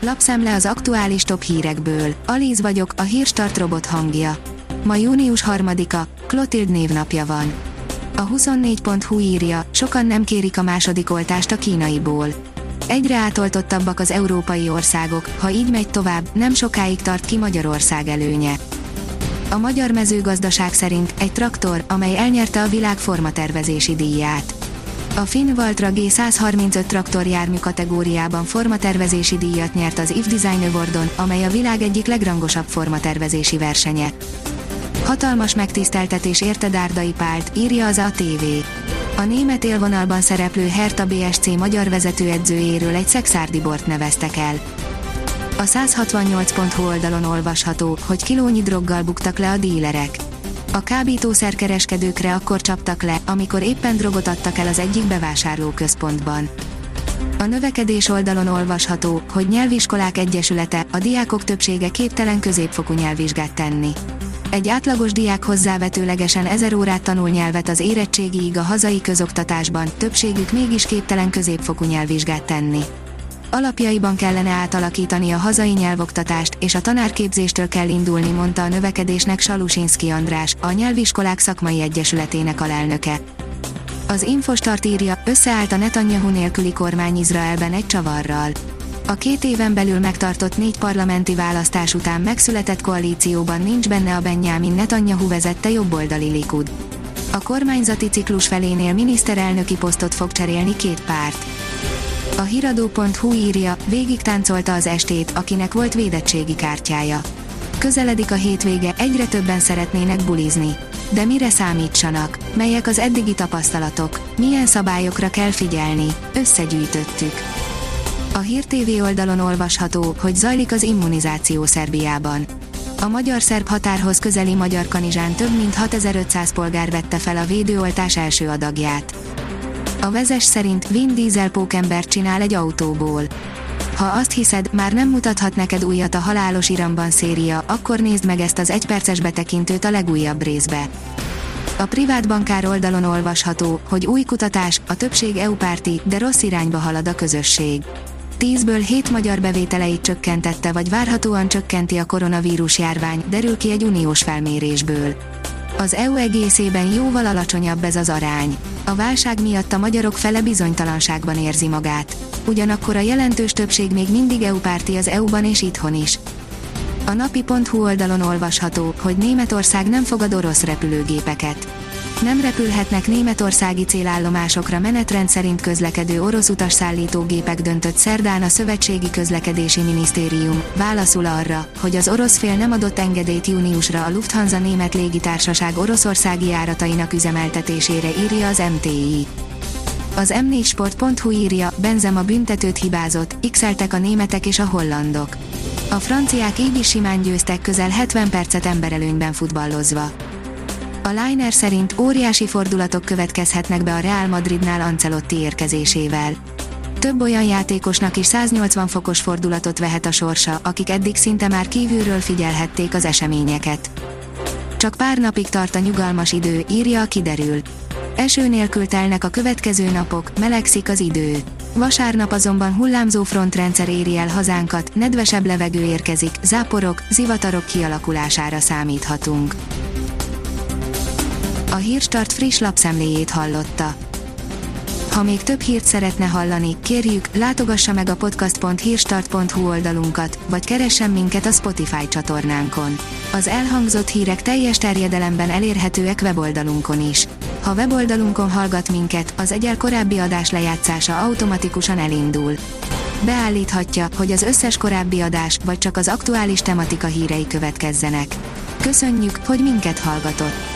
Lapszemle az aktuális top hírekből. Alíz vagyok, a Hírstart robot hangja. Ma június 3-a, Klotild névnapja van. A 24.hu írja, sokan nem kérik a második oltást a kínaiból. Egyre átoltottabbak az európai országok, ha így megy tovább, nem sokáig tart ki Magyarország előnye. A magyar mezőgazdaság szerint egy traktor, amely elnyerte a világ formatervezési díját. A finn Valtra G135 traktorjármű kategóriában formatervezési díjat nyert az IF Design Awardon, amely a világ egyik legrangosabb formatervezési versenye. Hatalmas megtiszteltetés érte Dárdai Pált, írja az ATV. A német élvonalban szereplő Hertha BSC magyar vezetőedzőjéről egy szexárdibort neveztek el. A 168.hu oldalon olvasható, hogy kilónyi droggal buktak le a dílerek. A kábítószerkereskedőkre akkor csaptak le, amikor éppen drogot adtak el az egyik bevásárlóközpontban. A növekedés oldalon olvasható, hogy Nyelviskolák Egyesülete, a diákok többsége képtelen középfokú nyelvvizsgát tenni. Egy átlagos diák hozzávetőlegesen 1000 órát tanul nyelvet az érettségiig a hazai közoktatásban, többségük mégis képtelen középfokú nyelvvizsgát tenni. Alapjaiban kellene átalakítani a hazai nyelvoktatást, és a tanárképzéstől kell indulni, mondta a növekedésnek Salusinszky András, a Nyelviskolák Szakmai Egyesületének alelnöke. Az Infostart írja, összeállt a Netanyahu nélküli kormány Izraelben egy csavarral. A 2 éven belül megtartott 4 parlamenti választás után megszületett koalícióban nincs benne a Benjamin Netanyahu vezette jobboldali Likud. A kormányzati ciklus felénél miniszterelnöki posztot fog cserélni 2 párt. A hiradó.hu írja, végig táncolta az estét, akinek volt védettségi kártyája. Közeledik a hétvége, egyre többen szeretnének bulizni. De mire számítsanak? Melyek az eddigi tapasztalatok? Milyen szabályokra kell figyelni? Összegyűjtöttük. A Hír TV oldalon olvasható, hogy zajlik az immunizáció Szerbiában. A magyar-szerb határhoz közeli Magyarkanizsán több mint 6500 polgár vette fel a védőoltás első adagját. A Vezes szerint Vin Diesel pókembert csinál egy autóból. Ha azt hiszed, már nem mutathat neked újat a Halálos Iramban széria, akkor nézd meg ezt az egyperces betekintőt a legújabb részbe. A privát bankár oldalon olvasható, hogy új kutatás, a többség EU-párti, de rossz irányba halad a közösség. 10-ből 7 magyar bevételeit csökkentette vagy várhatóan csökkenti a koronavírus járvány, derül ki egy uniós felmérésből. Az EU egészében jóval alacsonyabb ez az arány. A válság miatt a magyarok fele bizonytalanságban érzi magát. Ugyanakkor a jelentős többség még mindig EU-párti az EU-ban és itthon is. A napi.hu oldalon olvasható, hogy Németország nem fogad orosz repülőgépeket. Nem repülhetnek németországi célállomásokra menetrend szerint közlekedő orosz utasszállítógépek, döntött szerdán a Szövetségi Közlekedési Minisztérium, válaszul arra, hogy az orosz fél nem adott engedélyt júniusra a Lufthansa német légitársaság oroszországi járatainak üzemeltetésére, írja az MTI. Az m4sport.hu írja, Benzema büntetőt hibázott, x-eltek a németek és a hollandok. A franciák így is simán győztek, közel 70 percet emberelőnyben futballozva. A Liner szerint óriási fordulatok következhetnek be a Real Madridnál Ancelotti érkezésével. Több olyan játékosnak is 180 fokos fordulatot vehet a sorsa, akik eddig szinte már kívülről figyelhették az eseményeket. Csak pár napig tart a nyugalmas idő, írja a Kiderül. Eső nélkül telnek a következő napok, melegszik az idő. Vasárnap azonban hullámzó frontrendszer éri el hazánkat, nedvesebb levegő érkezik, záporok, zivatarok kialakulására számíthatunk. A Hírstart friss lapszemléjét hallotta. Ha még több hírt szeretne hallani, kérjük, látogassa meg a podcast.hírstart.hu oldalunkat, vagy keressen minket a Spotify csatornánkon. Az elhangzott hírek teljes terjedelemben elérhetőek weboldalunkon is. Ha weboldalunkon hallgat minket, az egyel korábbi adás lejátszása automatikusan elindul. Beállíthatja, hogy az összes korábbi adás, vagy csak az aktuális tematika hírei következzenek. Köszönjük, hogy minket hallgatott!